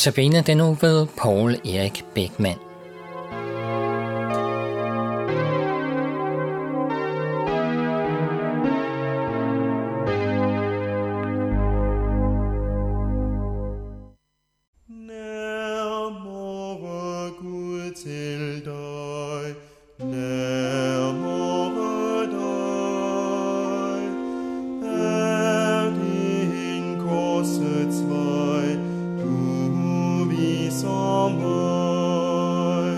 Notabene den nu ved Poul Erik Bækman. Nærmere Gud til dig, nærmere dig, er det en korsets vej, du viser mig.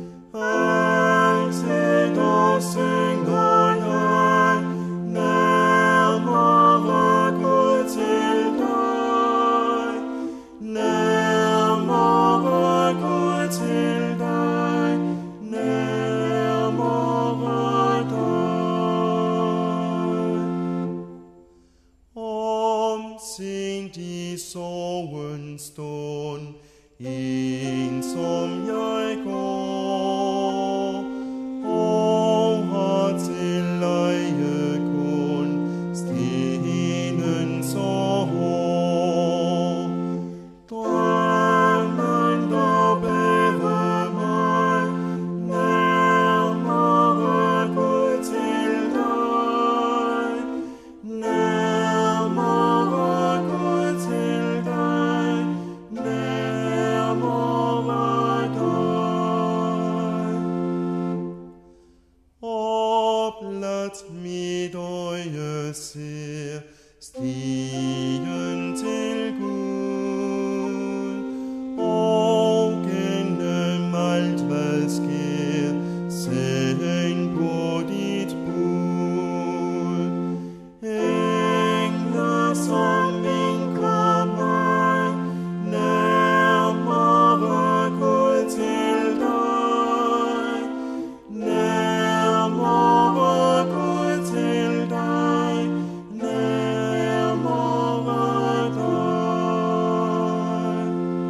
Altid dog synger jeg, nærmere Gud til dig, nærmere Gud til dig, nærmere dig. Omsint i sorgens stund, ensom jeg går, og har til leje kun stenens og hår. Drømmen dog bærer mig nærmere Gud til dig, nærmere Gud til dig, nærmere dig. Opladt mit øje ser stien til Gud, og gennem alt hvad sker, send på dit bud. Engler som vinker mig, nærmere Gud til dig, nærmere Gud til dig, nærmere dig.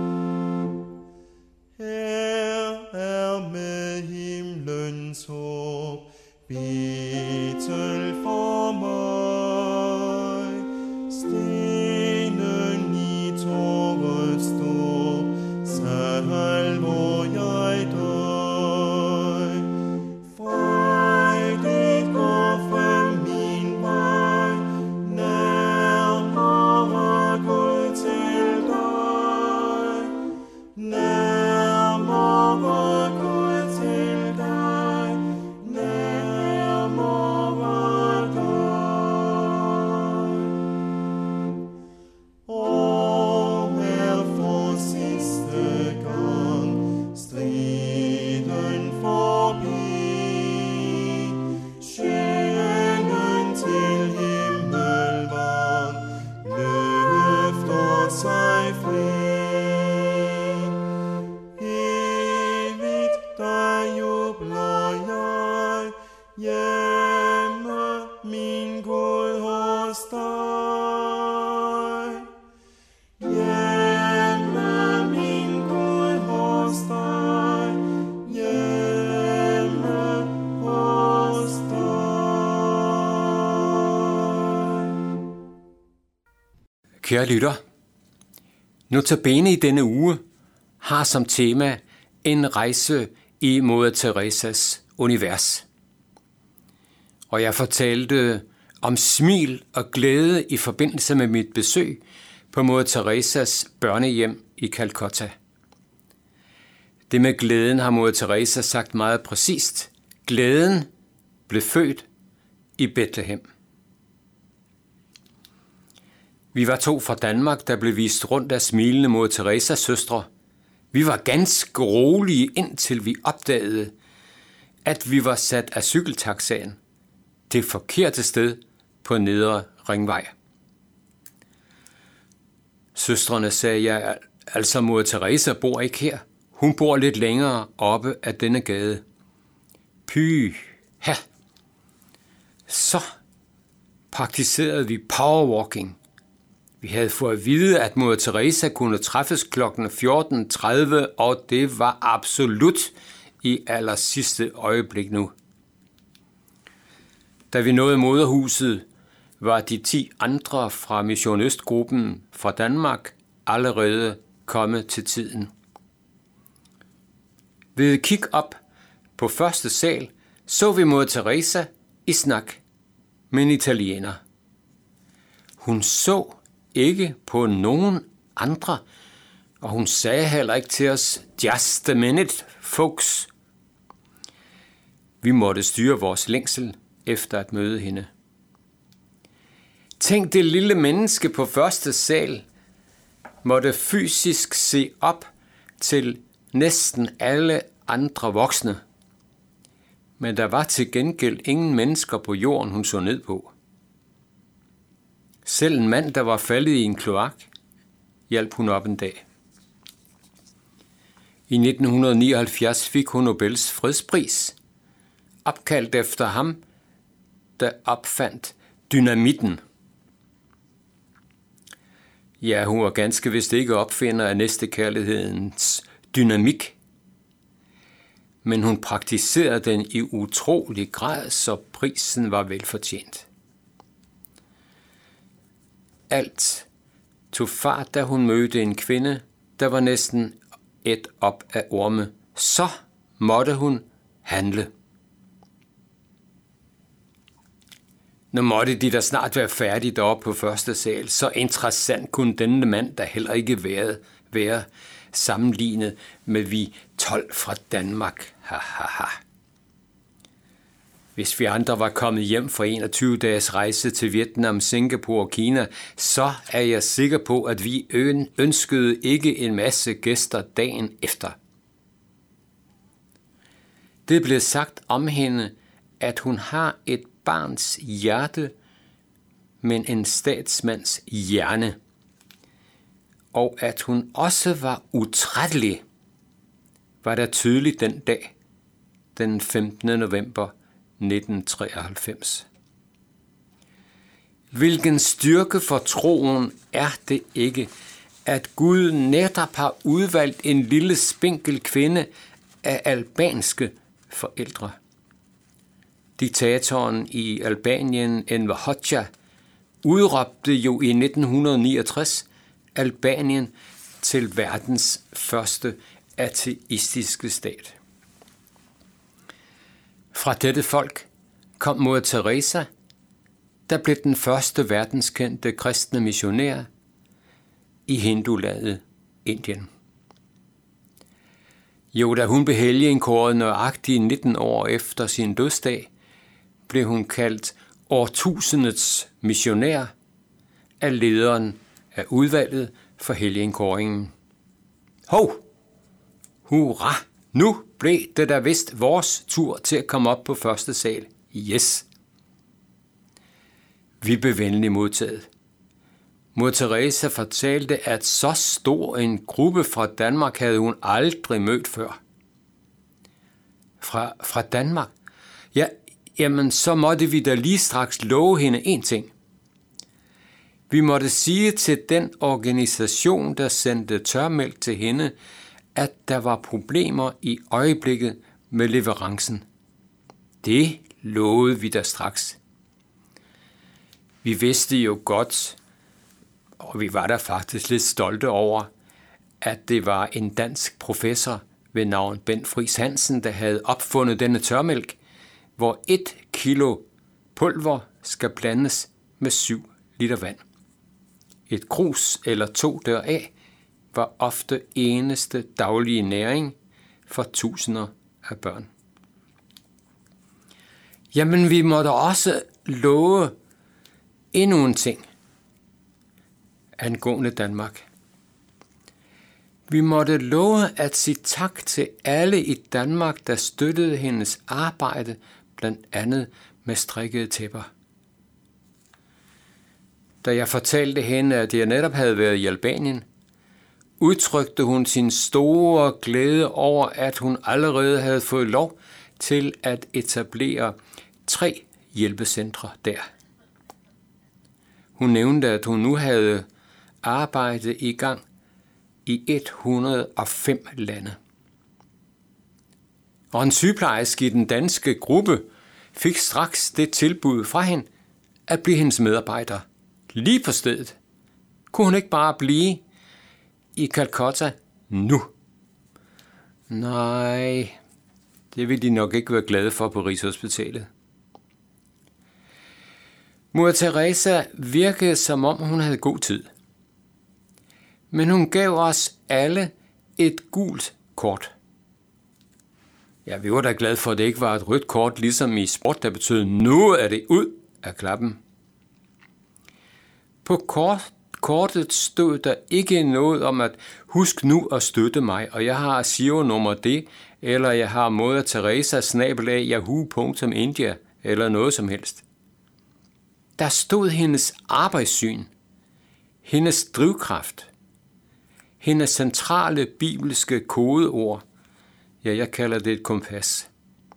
Her er med himlens håb, betel for mig. Stenen i tåret står, salver jeg dig. Frejdigt går frem min vej, nærmere Gud til dig, nærmere Gud til dig, nærmere dig. Og her for sidste gang striden forbi, sjælen til himmelvang løfter sig fri. Evigt dig jubler jeg, hjemme min Gud hos dig. Hjemme min Gud hos dig, hjemme hos dig. Kære lytter, Notabene i denne uge har som tema en rejse i Moder Teresas univers. Og jeg fortalte om smil og glæde i forbindelse med mit besøg på Moder Teresas børnehjem i Calcutta. Det med glæden har Moder Teresa sagt meget præcist. Glæden blev født i Bethlehem. Vi var 2 fra Danmark, der blev vist rundt af smilende Moder Teresas søstre. Vi var ganske rolige, indtil vi opdagede, at vi var sat af cykeltaxaen det forkerte sted på Nedre Ringvej. Søstrene sagde, ja, altså Moder Teresa bor ikke her. Hun bor lidt længere oppe af denne gade. Py, ha. Så praktiserede vi powerwalking. Vi havde fået at vide, at Moder Teresa kunne træffes kl. 14.30, og det var absolut i aller sidste øjeblik nu. Da vi nåede moderhuset, var de 10 andre fra Mission Østgruppen fra Danmark allerede komme til tiden. Ved kig op på første sal så vi mod Teresa i snak med en italiener. Hun så ikke på nogen andre, og hun sagde heller ikke til os, "Just a minute, folks." Vi måtte styre vores længsel efter at møde hende. Tænk, det lille menneske på første sal måtte fysisk se op til næsten alle andre voksne. Men der var til gengæld ingen mennesker på jorden, hun så ned på. Selv en mand, der var faldet i en kloak, hjalp hun op en dag. I 1979 fik hun Nobels fredspris, opkaldt efter ham, der opfandt dynamitten. Ja, hun var ganske vist ikke opfinder af næstekærlighedens dynamik, men hun praktiserede den i utrolig grad, så prisen var velfortjent. Alt tog fart, da hun mødte en kvinde, der var næsten et op af orme. Så måtte hun handle. Nu måtte de da snart være færdige deroppe på første sal. Så interessant kunne denne mand da heller ikke være sammenlignet med vi 12 fra Danmark. Hvis vi andre var kommet hjem fra 21 dages rejse til Vietnam, Singapore og Kina, så er jeg sikker på, at vi ønskede ikke en masse gæster dagen efter. Det blev sagt om hende, at hun har et barns hjerte, men en statsmands hjerne, og at hun også var utrættelig, var der tydeligt den dag, den 15. november 1993. Hvilken styrke for troen er det ikke, at Gud netop har udvalgt en lille spinkel kvinde af albanske forældre. Diktatoren i Albanien, Enver Hoxha, udråbte jo i 1969 Albanien til verdens første ateistiske stat. Fra dette folk kom Moder Teresa, der blev den første verdenskendte kristne missionær i hindulandet Indien. Jo, da hun blev helgenkåret nøjagtigt 19 år efter sin dødsdag, blev hun kaldt årtusindets missionær af lederen af udvalget for helgenkåringen. Hov! Hurra! Nu blev det da vist vores tur til at komme op på første sal. Yes! Vi blev venligt modtaget. Moder Teresa fortalte, at så stor en gruppe fra Danmark havde hun aldrig mødt før. Fra Danmark? Ja, jamen så måtte vi da lige straks love hende en ting. Vi måtte sige til den organisation, der sendte tørmælk til hende, at der var problemer i øjeblikket med leverancen. Det lovede vi da straks. Vi vidste jo godt, og vi var da faktisk lidt stolte over, at det var en dansk professor ved navn Bent Friis Hansen, der havde opfundet denne tørmælk, hvor 1 kilo pulver skal blandes med 7 liter vand. Et krus eller 2 deraf var ofte eneste daglige næring for tusinder af børn. Jamen, vi måtte også love endnu en ting angående Danmark. Vi måtte love at sige tak til alle i Danmark, der støttede hendes arbejde, blandt andet med strikkede tæpper. Da jeg fortalte hende, at jeg netop havde været i Albanien, udtrykte hun sin store glæde over, at hun allerede havde fået lov til at etablere 3 hjælpecentre der. Hun nævnte, at hun nu havde arbejdet i gang i 105 lande. Og en sygeplejerske i den danske gruppe fik straks det tilbud fra hende at blive hendes medarbejder. Lige på stedet. Kunne hun ikke bare blive? i Calcutta nu. Nej, det vil de nok ikke være glade for på Rigshospitalet. Moder Teresa virkede, som om hun havde god tid. Men hun gav os alle et gult kort. Ja, vi var da glade for, at det ikke var et rødt kort, ligesom i sport, der betød, nu er det ud af klappen. På kortet stod der ikke noget om at husk nu at støtte mig, og jeg har Giro-nummer det, eller jeg har Moder Teresa @yahoo.india, eller noget som helst. Der stod hendes arbejdssyn, hendes drivkraft, hendes centrale bibelske kodeord. Ja, jeg kalder det et kompas.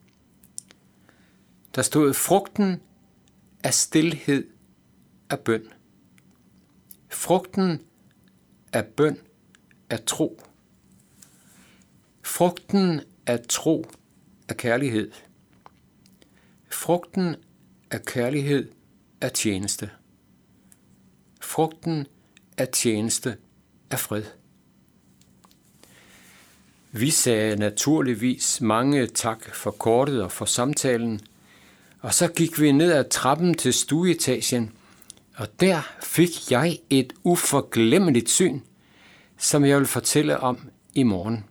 Der stod frugten af stilhed af bøn. Frugten af bøn er tro. Frugten af tro er kærlighed. Frugten af kærlighed er tjeneste. Frugten af tjeneste er fred. Vi sagde naturligvis mange tak for kortet og for samtalen, og så gik vi ned ad trappen til stueetagen, og der fik jeg et uforglemmeligt syn, som jeg vil fortælle om i morgen.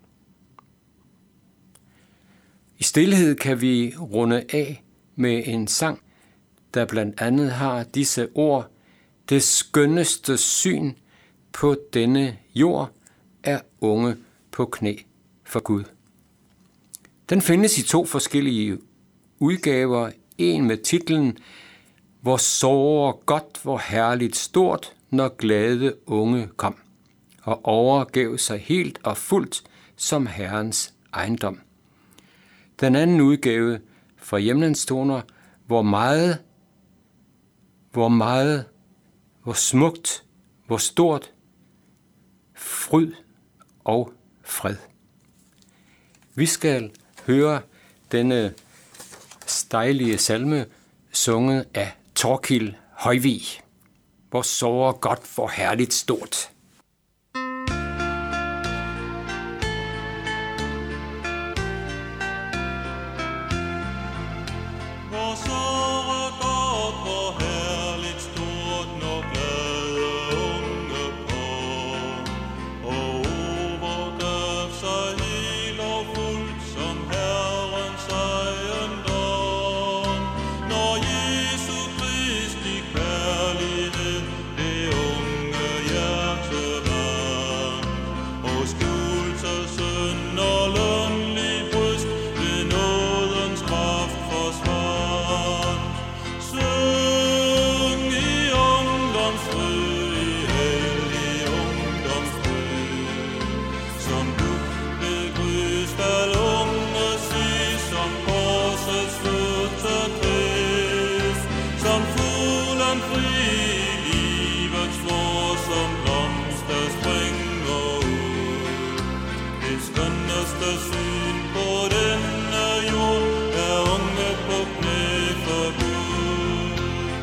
I stilhed kan vi runde af med en sang, der blandt andet har disse ord: det skønneste syn på denne jord er unge på knæ for Gud. Den findes i 2 forskellige udgaver. En med titlen Hvor sårer godt, hvor herligt stort, når glade unge kom, og overgav sig helt og fuldt som Herrens ejendom. Den anden udgave fra Hjemlandstoner, hvor smukt, hvor stort, fryd og fred. Vi skal høre denne stejlige salme sunget af Thorkild Højvig. Hvor sårer godt, hvor herligt stort. Hvor sårer godt, hvor herligt stort, når glade unge på. Og hvor gav sig helt og fuldt som Herrens ejendom. Når Jesu Kristi kærlighed det unge hjerte vandt, og skjulte synd og lønlig bryst ved nådens kraft forsvandt. Syng i ungdomsfryd, i hellig ungdomsfryd, som du ved Gud skal unge sig, som korsets sluttekrist, som fuglen fri i livets vår, som blomster springer ud. Det skønneste syn på denne jord er unge på knæ for Gud.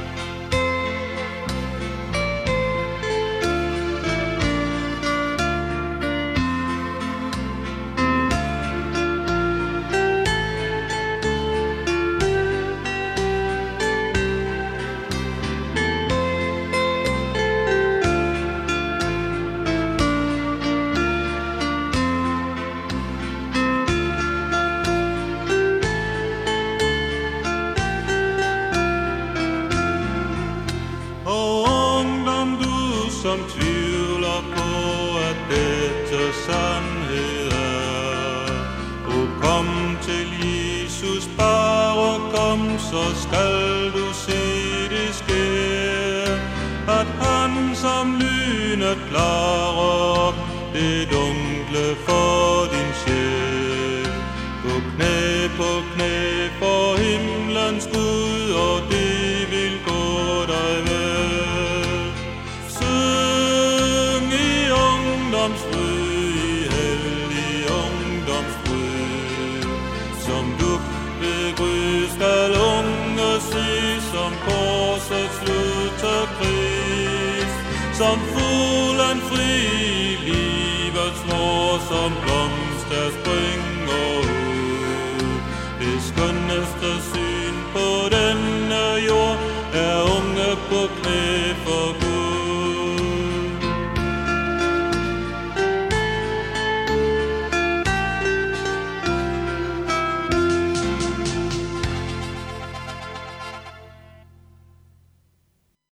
Og ungdom, du som tvivler på, at dette sandhed er, og kom til Jesus, bare kom, så skal du se det ske, at han som lynet klarer op det dunkle for din sjæl. På knæ for himlens Gud, og det vil gå dig vel. Syng i ungdomsfryd, i hellig ungdomsfryd, som du ved Gud skal unge sig, som korsets sluttekrist, som fuglen fri i som blomster spring.